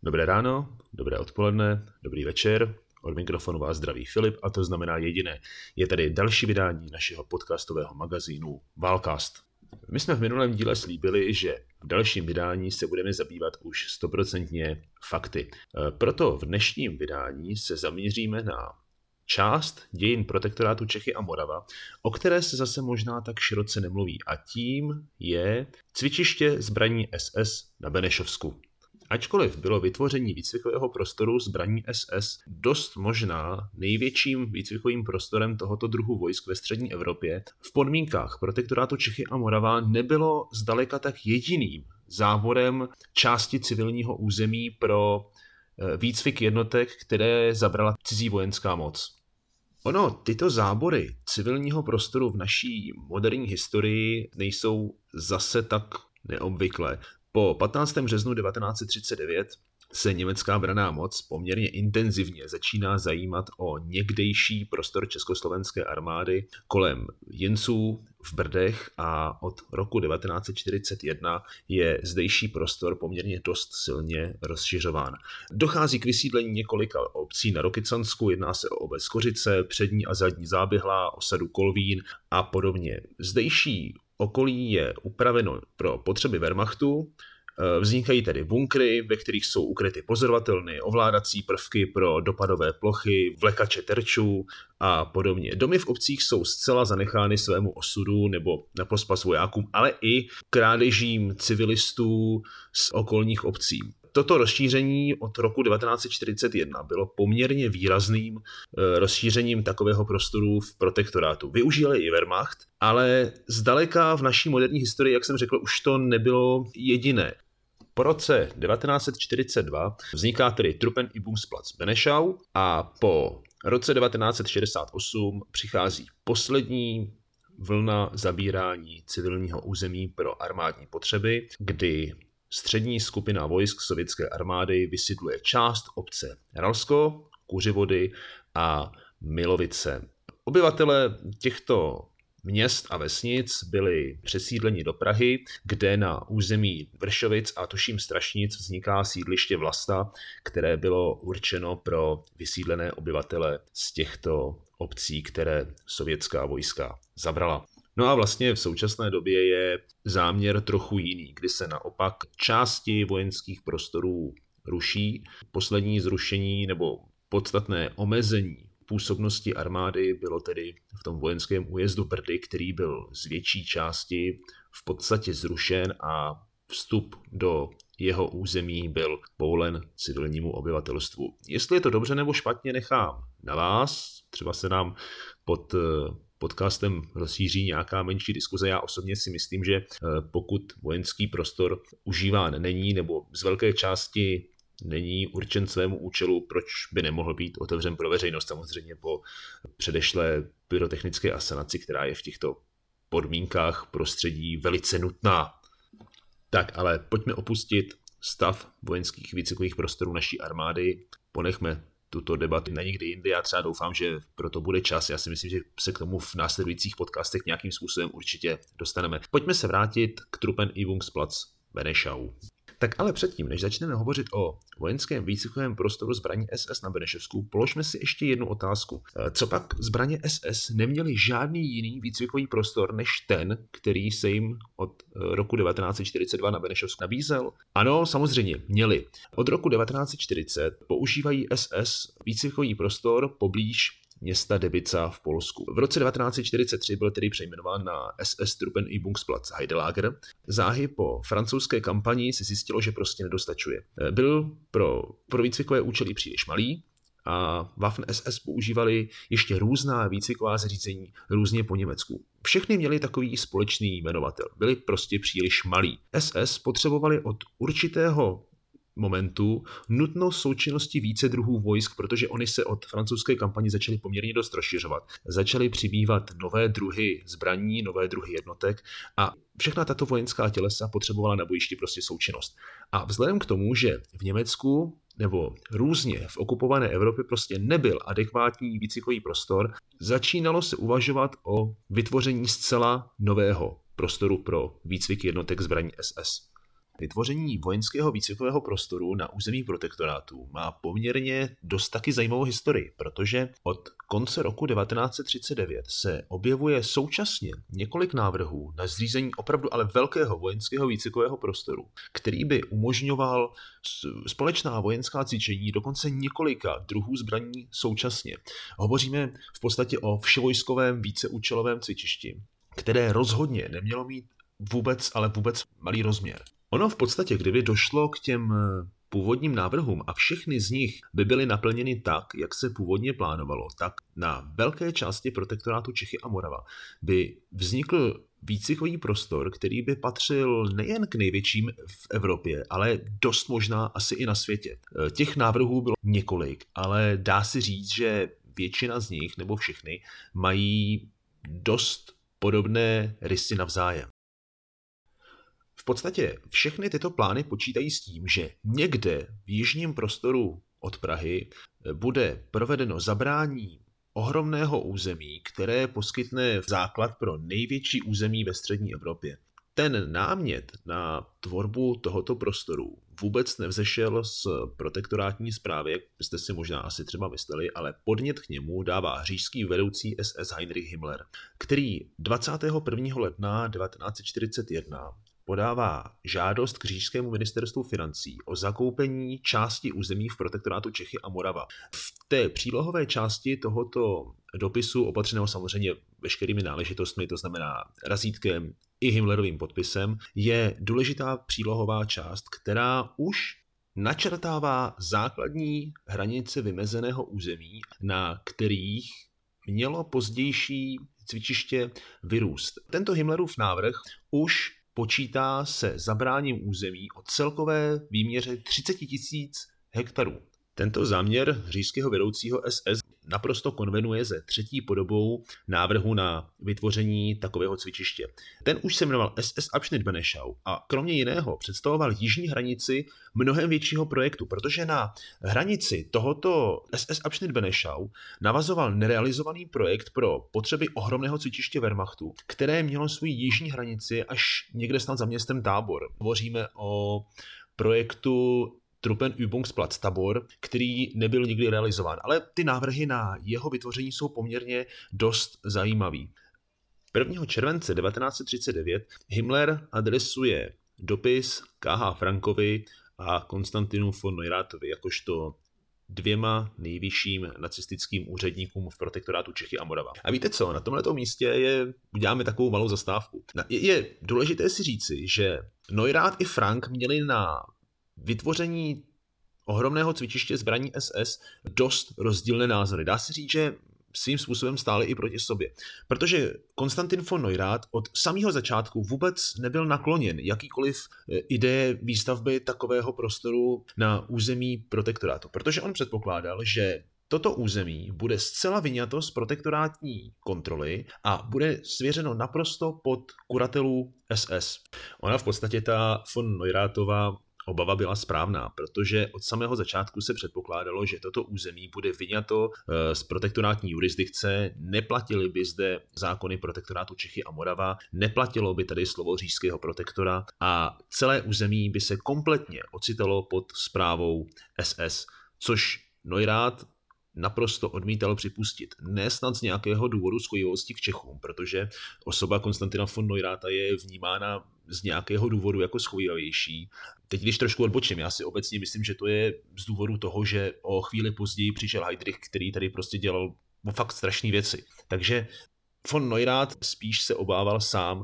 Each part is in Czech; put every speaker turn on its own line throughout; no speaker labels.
Dobré ráno, dobré odpoledne, dobrý večer. Od mikrofonu vás zdraví Filip a to znamená jediné. Je tady další vydání našeho podcastového magazínu Válcast. My jsme v minulém díle slíbili, že v dalším vydání se budeme zabývat už 100% fakty. Proto v dnešním vydání se zaměříme na část dějin protektorátu Čechy a Morava, o které se zase možná tak široce nemluví, a tím je cvičiště zbraní SS na Benešovsku. Ačkoliv bylo vytvoření výcvikového prostoru zbraní SS dost možná největším výcvikovým prostorem tohoto druhu vojsk ve střední Evropě, v podmínkách protektorátu Čechy a Morava nebylo zdaleka tak jediným záborem části civilního území pro výcvik jednotek, které zabrala cizí vojenská moc. Tyto zábory civilního prostoru v naší moderní historii nejsou zase tak neobvyklé. Po 15. březnu 1939 se německá branná moc poměrně intenzivně začíná zajímat o někdejší prostor československé armády kolem Jinců v Brdech a od roku 1941 je zdejší prostor poměrně dost silně rozšiřován. Dochází k vysídlení několika obcí na Rokycansku, jedná se o obec Kořice, přední a zadní Záběhlá, osadu Kolvín a podobně. Zdejší okolí je upraveno pro potřeby Wehrmachtu, vznikají tedy bunkry, ve kterých jsou ukryty pozorovatelny, ovládací prvky pro dopadové plochy, vlekače terčů a podobně. Domy v obcích jsou zcela zanechány svému osudu nebo na pospas vojákům, ale i krádežím civilistů z okolních obcí. Toto rozšíření od roku 1941 bylo poměrně výrazným rozšířením takového prostoru v protektorátu. Využil i Wehrmacht, ale zdaleka v naší moderní historii, jak jsem řekl, už to nebylo jediné. Po roce 1942 vzniká tedy Truppenübungsplatz Benešov a po roce 1968 přichází poslední vlna zabírání civilního území pro armádní potřeby, kdy střední skupina vojsk sovětské armády vysídluje část obce Ralsko, Kuřivody a Milovice. Obyvatelé těchto měst a vesnic byli přesídleni do Prahy, kde na území Vršovic a tuším Strašnic vzniká sídliště Vlasta, které bylo určeno pro vysídlené obyvatele z těchto obcí, které sovětská vojska zabrala. No a vlastně v současné době je záměr trochu jiný, kdy se naopak části vojenských prostorů ruší. Poslední zrušení nebo podstatné omezení působnosti armády bylo tedy v tom vojenském újezdu Brdy, který byl z větší části v podstatě zrušen a vstup do jeho území byl povolen civilnímu obyvatelstvu. Jestli je to dobře nebo špatně, nechám na vás. Třeba se nám pod podcastem rozšíří nějaká menší diskuze. Já osobně si myslím, že pokud vojenský prostor užíván není nebo z velké části není určen svému účelu, proč by nemohl být otevřen pro veřejnost, samozřejmě po předešlé pyrotechnické asanaci, která je v těchto podmínkách prostředí velice nutná. Tak, ale pojďme opustit stav vojenských výcvikových prostorů naší armády, ponechme tuto debatu na někdy jindy. Já třeba doufám, že proto bude čas. Já si myslím, že se k tomu v následujících podcastech nějakým způsobem určitě dostaneme. Pojďme se vrátit k Truppenübungsplatz Benešov. Tak ale předtím, než začneme hovořit o vojenském výcvikovém prostoru zbraní SS na Benešovsku, položme si ještě jednu otázku. Co pak zbraně SS neměly žádný jiný výcvikový prostor než ten, který se jim od roku 1942 na Benešovsku nabízel? Ano, samozřejmě měli. Od roku 1940 používají SS výcvikový prostor poblíž města Debica v Polsku. V roce 1943 byl tedy přejmenován na SS Truppenübungsplatz Heidelager. Záhy po francouzské kampani se zjistilo, že prostě nedostačuje. Byl pro výcvikové účely příliš malý a Waffen-SS používali ještě různá výcviková zařízení různě po Německu. Všechny měli takový společný jmenovatel. Byli prostě příliš malí. SS potřebovali od určitého momentu nutnost součinnosti více druhů vojsk, protože oni se od francouzské kampaně začaly poměrně dost rozšiřovat. Začaly přibývat nové druhy zbraní, nové druhy jednotek a všechna tato vojenská tělesa potřebovala na bojišti prostě součinnost. A vzhledem k tomu, že v Německu nebo různě v okupované Evropě prostě nebyl adekvátní výcvikový prostor, začínalo se uvažovat o vytvoření zcela nového prostoru pro výcvik jednotek zbraní SS. Vytvoření vojenského výcvikového prostoru na území protektorátu má poměrně dost taky zajímavou historii, protože od konce roku 1939 se objevuje současně několik návrhů na zřízení opravdu ale velkého vojenského výcvikového prostoru, který by umožňoval společná vojenská cvičení dokonce několika druhů zbraní současně. Hovoříme v podstatě o vševojskovém víceúčelovém cvičišti, které rozhodně nemělo mít vůbec malý rozměr. Ono v podstatě, kdyby došlo k těm původním návrhům a všechny z nich by byly naplněny tak, jak se původně plánovalo, tak na velké části protektorátu Čechy a Morava by vznikl výcvikový prostor, který by patřil nejen k největším v Evropě, ale dost možná asi i na světě. Těch návrhů bylo několik, ale dá se říct, že většina z nich, nebo všechny, mají dost podobné rysy navzájem. V podstatě všechny tyto plány počítají s tím, že někde v jižním prostoru od Prahy bude provedeno zabrání ohromného území, které poskytne základ pro největší území ve střední Evropě. Ten námět na tvorbu tohoto prostoru vůbec nevzešel z protektorátní správy, jak byste si možná asi třeba mysleli, ale podnět k němu dává říšský vedoucí SS Heinrich Himmler, který 21. ledna 1941 podává žádost k říšskému ministerstvu financí o zakoupení části území v protektorátu Čechy a Morava. V té přílohové části tohoto dopisu, opatřeného samozřejmě veškerými náležitostmi, to znamená razítkem i Himmlerovým podpisem, je důležitá přílohová část, která už načrtává základní hranice vymezeného území, na kterých mělo pozdější cvičiště vyrůst. Tento Himmlerův návrh už počítá se zabráním území o celkové výměře 30 000 hektarů. Tento záměr říšského vedoucího SS naprosto konvenuje se třetí podobou návrhu na vytvoření takového cvičiště. Ten už se jmenoval SS Abschnitt Benešov a kromě jiného představoval jižní hranici mnohem většího projektu, protože na hranici tohoto SS Abschnitt Benešov navazoval nerealizovaný projekt pro potřeby ohromného cvičiště Wehrmachtu, které mělo svou jižní hranici až někde snad za městem Tábor. Hovoříme o projektu Truppenübungsplatz Tabor, který nebyl nikdy realizován, ale ty návrhy na jeho vytvoření jsou poměrně dost zajímavý. 1. července 1939 Himmler adresuje dopis K.H. Frankovi a Konstantinu von Neuráthovi, jakožto dvěma nejvyšším nacistickým úředníkům v protektorátu Čechy a Morava. A víte co, na tomhleto místě uděláme takovou malou zastávku. Je důležité si říci, že Neurath i Frank měli na vytvoření ohromného cvičiště zbraní SS dost rozdílné názory. Dá se říct, že svým způsobem stáli i proti sobě. Protože Konstantin von Neurath od samého začátku vůbec nebyl nakloněn jakýkoliv ideje výstavby takového prostoru na území protektorátu. Protože on předpokládal, že toto území bude zcela vyňato z protektorátní kontroly a bude svěřeno naprosto pod kuratelu SS. Ona v podstatě ta von Neurathova obava byla správná, protože od samého začátku se předpokládalo, že toto území bude vyňato z protektorátní jurisdikce, neplatily by zde zákony protektorátu Čechy a Morava, neplatilo by tady slovo říšského protektora a celé území by se kompletně ocitalo pod správou SS, což Neurath naprosto odmítal připustit. Ne snad z nějakého důvodu schojivosti k Čechům, protože osoba Konstantina von Neurátha je vnímána z nějakého důvodu jako schojivější. Teď když trošku odbočím, já si obecně myslím, že to je z důvodu toho, že o chvíli později přišel Heydrich, který tady prostě dělal fakt strašné věci. Takže von Neurath spíš se obával sám,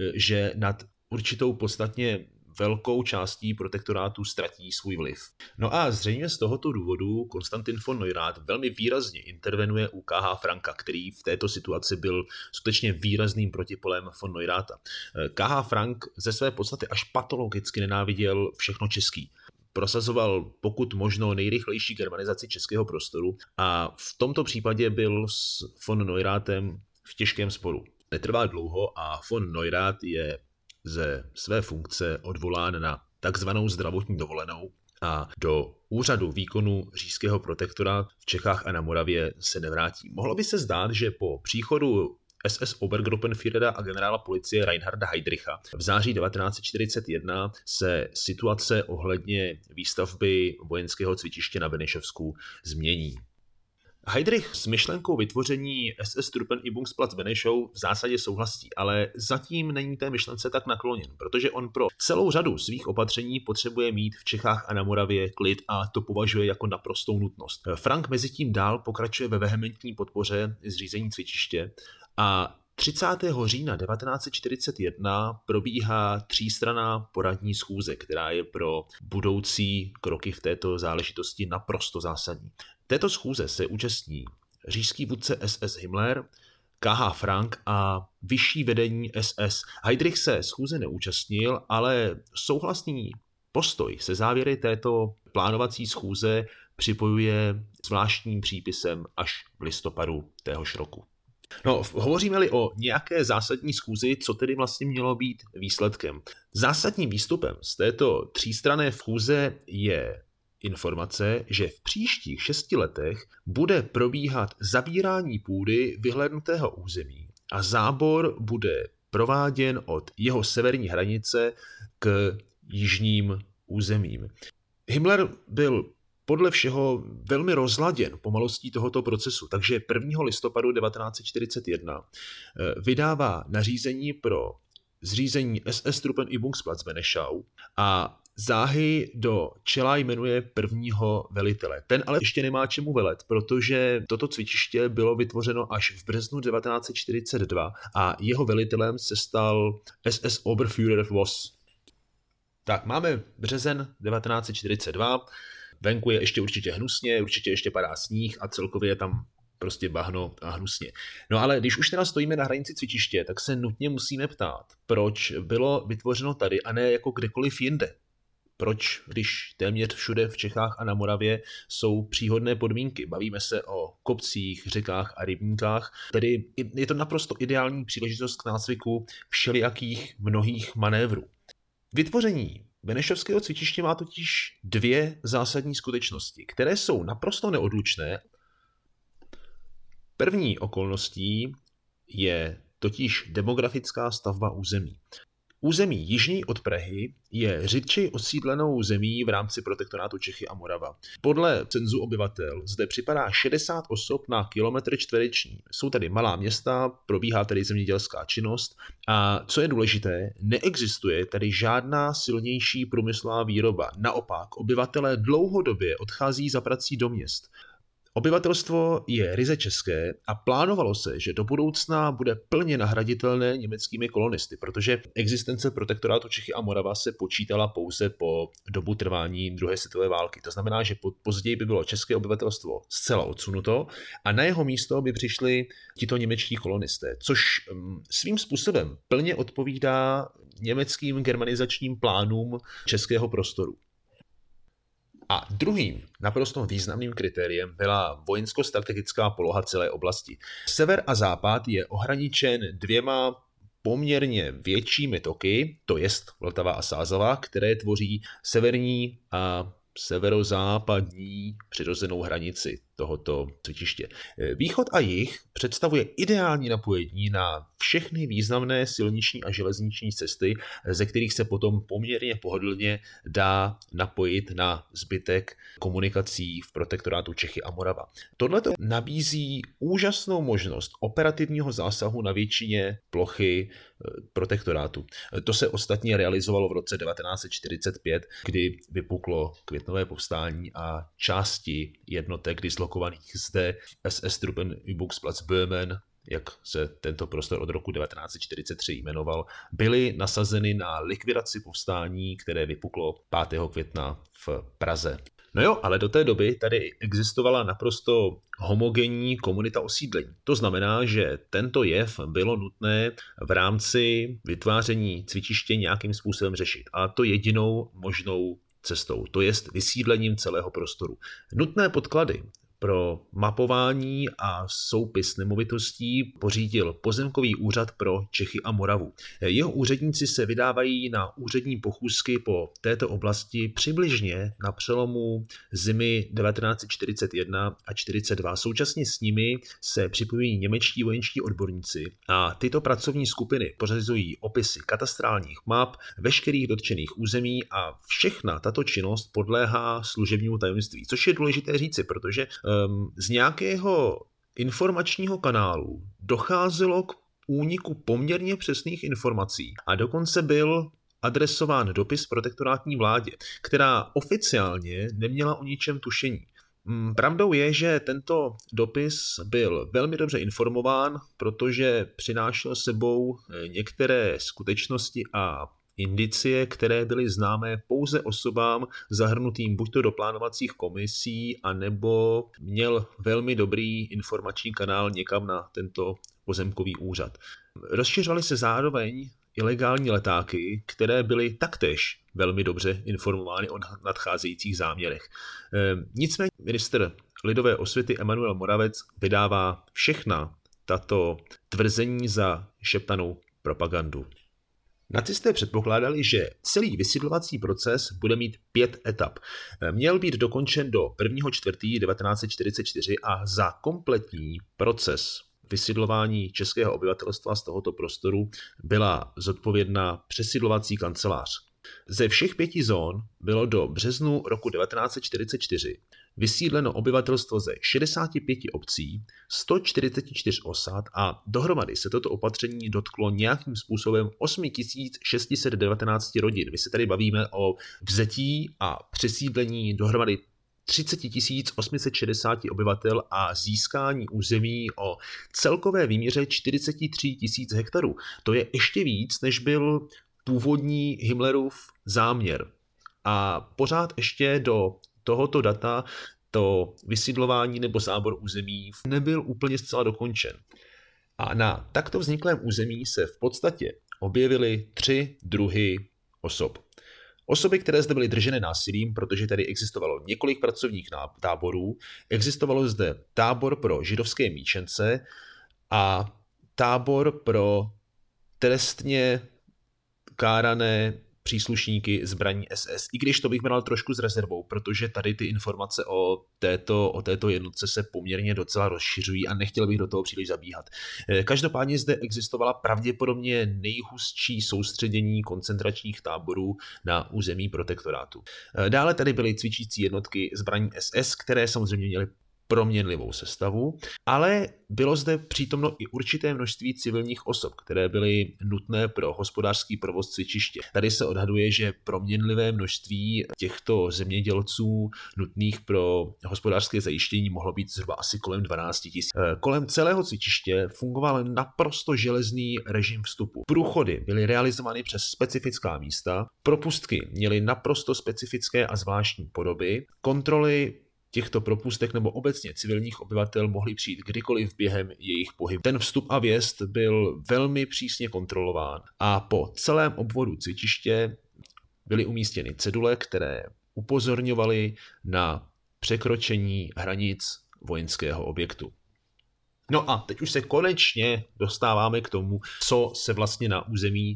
že nad určitou podstatně velkou částí protektorátu ztratí svůj vliv. No a zřejmě z tohoto důvodu Konstantin von Neurath velmi výrazně intervenuje u K.H. Franka, který v této situaci byl skutečně výrazným protipolem von Neurátha. K.H. Frank ze své podstaty až patologicky nenáviděl všechno český. Prosazoval pokud možno nejrychlejší germanizaci českého prostoru a v tomto případě byl s von Neuráthem v těžkém sporu. Netrvá dlouho a von Neurath je ze své funkce odvolán na takzvanou zdravotní dovolenou a do úřadu výkonu říšského protektora v Čechách a na Moravě se nevrátí. Mohlo by se zdát, že po příchodu SS Obergruppenführera a generála policie Reinharda Heydricha. V září 1941 se situace ohledně výstavby vojenského cvičiště na Benešovsku změní. Heydrich s myšlenkou vytvoření SS Truppenübungsplatz Benešov v zásadě souhlasí, ale zatím není té myšlence tak nakloněn, protože on pro celou řadu svých opatření potřebuje mít v Čechách a na Moravě klid a to považuje jako naprostou nutnost. Frank mezitím dál pokračuje ve vehementní podpoře zřízení cvičiště a 30. října 1941 probíhá třístranná poradní schůze, která je pro budoucí kroky v této záležitosti naprosto zásadní. Této schůze se účastní říšský vůdce SS Himmler, KH Frank a vyšší vedení SS. Heydrich se schůze neúčastnil, ale souhlasný postoj se závěry této plánovací schůze připojuje zvláštním přípisem až v listopadu téhož roku. No, hovoříme-li o nějaké zásadní schůzi, co tedy vlastně mělo být výsledkem? Zásadním výstupem z této třístranné schůze je informace, že v příštích 6 letech bude probíhat zabírání půdy vyhlédnutého území a zábor bude prováděn od jeho severní hranice k jižním územím. Himmler byl podle všeho velmi rozladěn pomalostí tohoto procesu, takže 1. listopadu 1941 vydává nařízení pro zřízení SS Truppenübungsplatz Benešov a záhy do čela jmenuje prvního velitele. Ten ale ještě nemá čemu velet, protože toto cvičiště bylo vytvořeno až v březnu 1942 a jeho velitelem se stal SS Oberführer Voss. Tak, máme březen 1942, venku je ještě určitě hnusně, určitě ještě padá sníh a celkově je tam prostě bahno a hnusně. No ale když už teda stojíme na hranici cvičiště, tak se nutně musíme ptát, proč bylo vytvořeno tady a ne jako kdekoliv jinde. Proč, když téměř všude v Čechách a na Moravě jsou příhodné podmínky. Bavíme se o kopcích, řekách a rybníkách, tedy je to naprosto ideální příležitost k nácviku všelijakých mnohých manévrů. Vytvoření benešovského cvičiště má totiž 2 zásadní skutečnosti, které jsou naprosto neodlučné. První okolností je totiž demografická stavba území. Území jižní od Prahy je řidčeji osídlenou zemí v rámci protektorátu Čechy a Morava. Podle cenzu obyvatel zde připadá 60 osob na kilometr čtvereční. Jsou tady malá města, probíhá tady zemědělská činnost a co je důležité, neexistuje tady žádná silnější průmyslová výroba. Naopak, obyvatelé dlouhodobě odchází za prací do měst. Obyvatelstvo je ryze české a plánovalo se, že do budoucna bude plně nahraditelné německými kolonisty, protože existence protektorátu Čechy a Morava se počítala pouze po dobu trvání druhé světové války. To znamená, že později by bylo české obyvatelstvo zcela odsunuto a na jeho místo by přišli tito němečtí kolonisté, což svým způsobem plně odpovídá německým germanizačním plánům českého prostoru. A druhým naprosto významným kritériem byla vojensko-strategická poloha celé oblasti. Sever a západ je ohraničen 2 poměrně většími toky, to jest Vltava a Sázava, které tvoří severní a severozápadní přirozenou hranici tohoto cvičiště. Východ a jih představuje ideální napojení na všechny významné silniční a železniční cesty, ze kterých se potom poměrně pohodlně dá napojit na zbytek komunikací v protektorátu Čechy a Morava. Tohleto nabízí úžasnou možnost operativního zásahu na většině plochy protektorátu. To se ostatně realizovalo v roce 1945, kdy vypuklo květnové povstání a části jednotek dislokovaných zde SS Truppenübungsplatz Böhmen, jak se tento prostor od roku 1943 jmenoval, byly nasazeny na likvidaci povstání, které vypuklo 5. května v Praze. No jo, ale do té doby tady existovala naprosto homogenní komunita osídlení. To znamená, že tento jev bylo nutné v rámci vytváření cvičiště nějakým způsobem řešit. A to jedinou možnou cestou, to jest vysídlením celého prostoru. Nutné podklady pro mapování a soupis nemovitostí pořídil Pozemkový úřad pro Čechy a Moravu. Jeho úředníci se vydávají na úřední pochůzky po této oblasti přibližně na přelomu zimy 1941 a 42. Současně s nimi se připojují němečtí vojenští odborníci a tyto pracovní skupiny pořizují opisy katastrálních map veškerých dotčených území a všechna tato činnost podléhá služebnímu tajemství, což je důležité říci, protože z nějakého informačního kanálu docházelo k úniku poměrně přesných informací a dokonce byl adresován dopis protektorátní vládě, která oficiálně neměla o ničem tušení. Pravdou je, že tento dopis byl velmi dobře informován, protože přinášel sebou některé skutečnosti a indicie, které byly známé pouze osobám zahrnutým buďto do plánovacích komisí, anebo měl velmi dobrý informační kanál někam na tento pozemkový úřad. Rozšiřovaly se zároveň ilegální letáky, které byly taktéž velmi dobře informovány o nadcházejících záměrech. Nicméně ministr lidové osvěty Emanuel Moravec vydává všechna tato tvrzení za šeptanou propagandu. Nacisté předpokládali, že celý vysidlovací proces bude mít 5 etap. Měl být dokončen do 1.4.1944 a za kompletní proces vysidlování českého obyvatelstva z tohoto prostoru byla zodpovědná přesidlovací kancelář. Ze všech 5 zón bylo do březnu roku 1944 vysídleno obyvatelstvo ze 65 obcí, 144 osad a dohromady se toto opatření dotklo nějakým způsobem 8619 rodin. My se tady bavíme o vzetí a přesídlení dohromady 30 860 obyvatel a získání území o celkové výměře 43 000 hektarů. To je ještě víc, než byl původní Himmlerův záměr. A pořád ještě do tohoto data to vysídlování nebo zábor území nebyl úplně zcela dokončen. A na takto vzniklém území se v podstatě objevily 3 druhy osob. Osoby, které zde byly drženy násilím, protože tady existovalo několik pracovních táborů, existovalo zde tábor pro židovské míčence a tábor pro trestně kárané příslušníky zbraní SS. I když to bych bral trošku s rezervou, protože tady ty informace o této jednotce se poměrně docela rozšiřují a nechtěl bych do toho příliš zabíhat. Každopádně zde existovala pravděpodobně nejhustší soustředění koncentračních táborů na území protektorátu. Dále tady byly cvičící jednotky zbraní SS, které samozřejmě měly proměnlivou sestavu, ale bylo zde přítomno i určité množství civilních osob, které byly nutné pro hospodářský provoz cvičiště. Tady se odhaduje, že proměnlivé množství těchto zemědělců nutných pro hospodářské zajištění mohlo být zhruba asi kolem 12 000. Kolem celého cvičiště fungoval naprosto železný režim vstupu. Průchody byly realizovány přes specifická místa, propustky měly naprosto specifické a zvláštní podoby, kontroly těchto propustek nebo obecně civilních obyvatel mohli přijít kdykoliv během jejich pohybu. Ten vstup a vjezd byl velmi přísně kontrolován a po celém obvodu cvičiště byly umístěny cedule, které upozorňovaly na překročení hranic vojenského objektu. No a teď už se konečně dostáváme k tomu, co se vlastně na území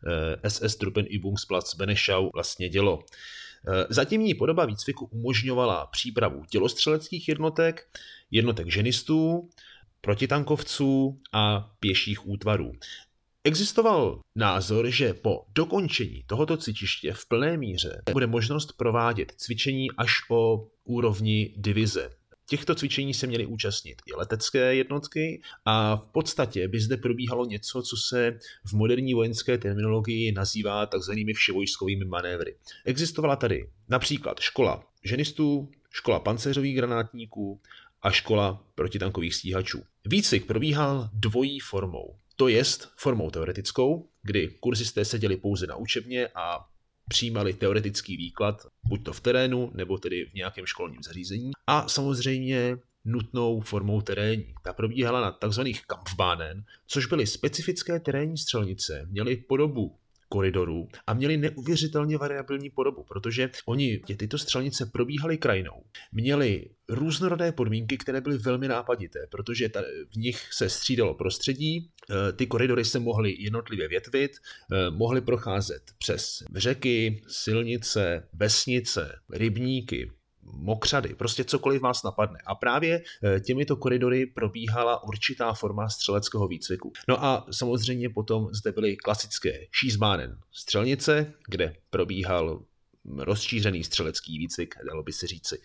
SS Truppenübungsplatz Benešau vlastně dělo. Zatímní podoba výcviku umožňovala přípravu tělostřeleckých jednotek, jednotek ženistů, protitankovců a pěších útvarů. Existoval názor, že po dokončení tohoto cvičiště v plné míře bude možnost provádět cvičení až o úrovni divize. Těchto cvičení se měly účastnit i letecké jednotky a v podstatě by zde probíhalo něco, co se v moderní vojenské terminologii nazývá takzvanými vševojskovými manévry. Existovala tady například škola ženistů, škola pancéřových granátníků a škola protitankových stíhačů. Výcvik probíhal dvojí formou, to jest formou teoretickou, kdy kurzisté seděli pouze na učebně a přijímali teoretický výklad, buď to v terénu, nebo tedy v nějakém školním zařízení. A samozřejmě nutnou formou terénní. Ta probíhala na tzv. Kampfbahnen, což byly specifické terénní střelnice, měly podobu koridorů a měly neuvěřitelně variabilní podobu, protože tyto střelnice probíhaly krajinou, měly různorodé podmínky, které byly velmi nápadité, protože v nich se střídalo prostředí, ty koridory se mohly jednotlivě větvit, mohly procházet přes řeky, silnice, vesnice, rybníky, mokřady, prostě cokoliv vás napadne. A právě těmito koridory probíhala určitá forma střeleckého výcviku. No a samozřejmě potom zde byly klasické šízbánen střelnice, kde probíhal rozšířený střelecký výcvik, dalo by se říci.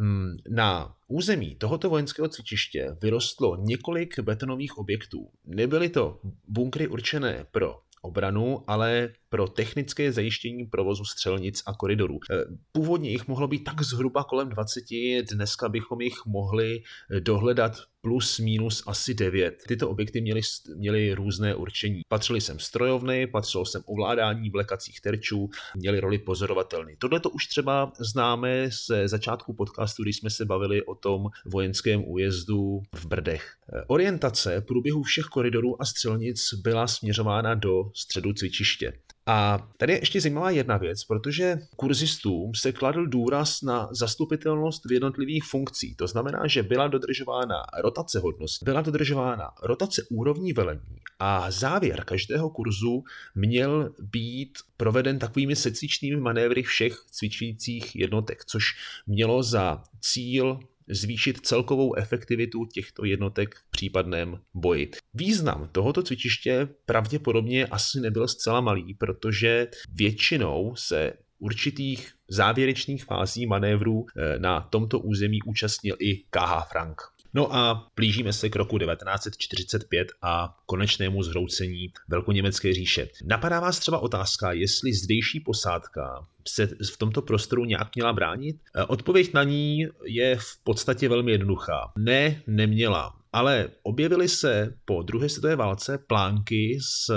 Na území tohoto vojenského cvičiště vyrostlo několik betonových objektů. Nebyly to bunkry určené pro obranu, ale pro technické zajištění provozu střelnic a koridorů. Původně jich mohlo být tak zhruba kolem 20, dneska bychom jich mohli dohledat plus minus asi 9. Tyto objekty měly různé určení. Patřily sem strojovny, patřilo sem ovládání vlekacích terčů, měly roli pozorovatelny. Tohle to už třeba známe ze začátku podcastu, když jsme se bavili o tom vojenském újezdu v Brdech. Orientace průběhu všech koridorů a střelnic byla směřována do středu cvičiště. A tady je ještě zajímavá jedna věc, protože kurzistům se kladl důraz na zastupitelnost v jednotlivých funkcí. To znamená, že byla dodržována rotace hodností, byla dodržována rotace úrovní velení a závěr každého kurzu měl být proveden takovými secvičnými manévry všech cvičících jednotek, což mělo za cíl zvýšit celkovou efektivitu těchto jednotek v případném boji. Význam tohoto cvičiště pravděpodobně asi nebyl zcela malý, protože většinou se určitých závěrečných fází manévrů na tomto území účastnil i K.H. Frank. No a blížíme se k roku 1945 a konečnému zhroucení Velkoněmecké říše. Napadá vás třeba otázka, jestli zdejší posádka se v tomto prostoru nějak měla bránit? Odpověď na ní je v podstatě velmi jednoduchá. Ne, neměla. Ale objevily se po druhé světové válce plánky s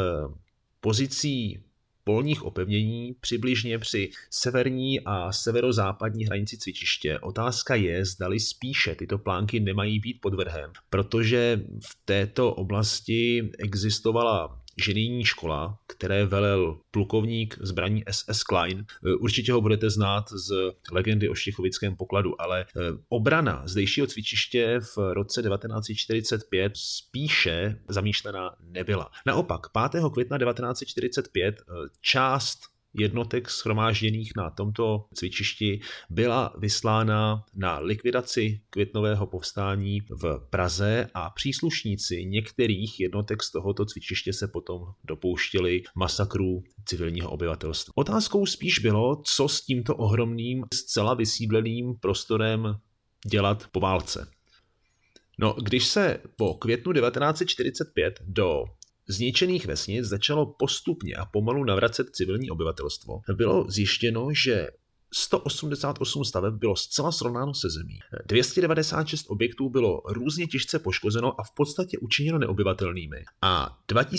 pozicí polních opevnění přibližně při severní a severozápadní hranici cvičiště. Otázka je, zdali spíše tyto plánky nemají být pod vrhem, protože v této oblasti existovala ženijní škola, které velel plukovník zbraní SS Klein. Určitě ho budete znát z legendy o štěchovickém pokladu, ale obrana zdejšího cvičiště v roce 1945 spíše zamýšlená nebyla. Naopak, 5. května 1945 část jednotek shromážděných na tomto cvičišti byla vyslána na likvidaci květnového povstání v Praze a příslušníci některých jednotek z tohoto cvičiště se potom dopouštěli masakrů civilního obyvatelstva. Otázkou spíš bylo, co s tímto ohromným, zcela vysídleným prostorem dělat po válce. No, když se po květnu 1945 do zničených vesnic začalo postupně a pomalu navracet civilní obyvatelstvo, bylo zjištěno, že 188 staveb bylo zcela srovnáno se zemí. 296 objektů bylo různě těžce poškozeno a v podstatě učiněno neobyvatelnými. A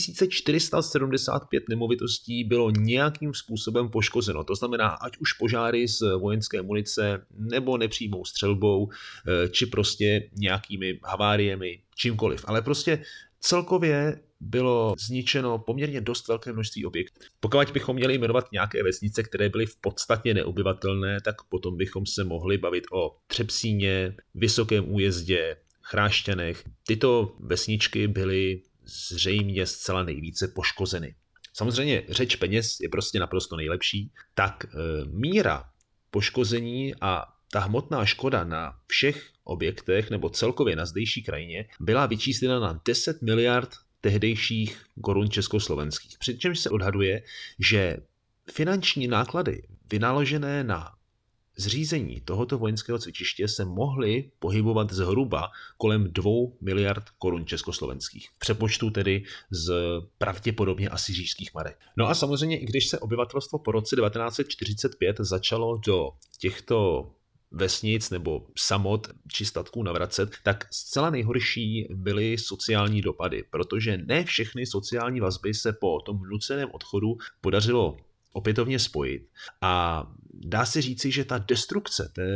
2475 nemovitostí bylo nějakým způsobem poškozeno. To znamená, ať už požáry z vojenské munice, nebo nepřímou střelbou, či prostě nějakými haváriemi, čímkoliv. Ale prostě celkově bylo zničeno poměrně dost velké množství objektů. Pokud bychom měli jmenovat nějaké vesnice, které byly v podstatě neobyvatelné, tak potom bychom se mohli bavit o Třepsíně, Vysokém Újezdě, Chrášťanech. Tyto vesničky byly zřejmě zcela nejvíce poškozeny. Samozřejmě řeč peněz je prostě naprosto nejlepší, tak míra poškození a ta hmotná škoda na všech objektech nebo celkově na zdejší krajině byla vyčíslena na 10 miliard tehdejších korun československých. Přičemž se odhaduje, že finanční náklady vynaložené na zřízení tohoto vojenského cvičiště se mohly pohybovat zhruba kolem 2 miliard korun československých. V přepočtu tedy z pravděpodobně asyříšských marek. No a samozřejmě, i když se obyvatelstvo po roce 1945 začalo do těchto vesnic nebo samot či statků navracet, tak zcela nejhorší byly sociální dopady, protože ne všechny sociální vazby se po tom nuceném odchodu podařilo opětovně spojit. A dá se říci, že ta destrukce té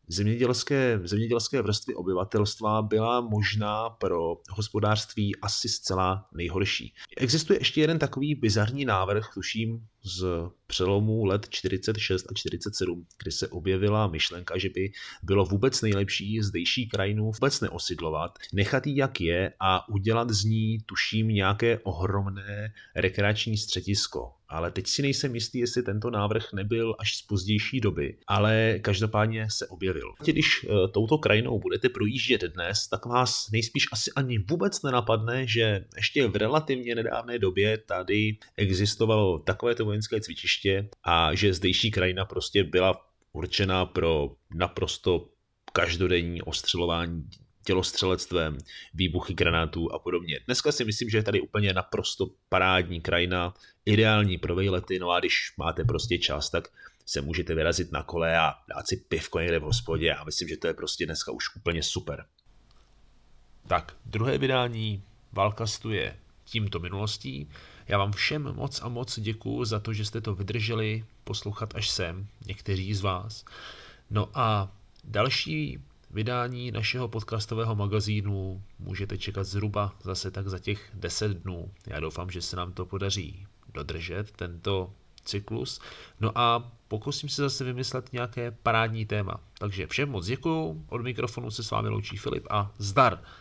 zemědělské vrstvy obyvatelstva byla možná pro hospodářství asi zcela nejhorší. Existuje ještě jeden takový bizarní návrh, tuším z přelomu let 46 a 47, kdy se objevila myšlenka, že by bylo vůbec nejlepší zdejší krajinu vůbec neosidlovat, nechat ji jak je a udělat z ní, tuším, nějaké ohromné rekreační středisko. Ale teď si nejsem jistý, jestli tento návrh nebyl až z pozdější doby, ale každopádně se objevil. Když touto krajinou budete projíždět dnes, tak vás nejspíš asi ani vůbec nenapadne, že ještě v relativně nedávné době tady existovalo takovéto vojenské cvičiště a že zdejší krajina prostě byla určena pro naprosto každodenní ostřelování tělostřelectvem, výbuchy granátů a podobně. Dneska si myslím, že je tady úplně naprosto parádní krajina, ideální pro vejlety, no a když máte prostě čas, tak se můžete vyrazit na kole a dát si pivko někde v hospodě a myslím, že to je prostě dneska už úplně super. Tak, druhé vydání Válkastu je tímto minulostí. Já vám všem moc a moc děkuju za to, že jste to vydrželi poslouchat až sem, někteří z vás. No a další vydání našeho podcastového magazínu můžete čekat zhruba zase tak za těch 10 dnů. Já doufám, že se nám to podaří dodržet, tento cyklus. No a pokusím se zase vymyslet nějaké parádní téma. Takže všem moc děkuju, od mikrofonu se s vámi loučí Filip a zdar!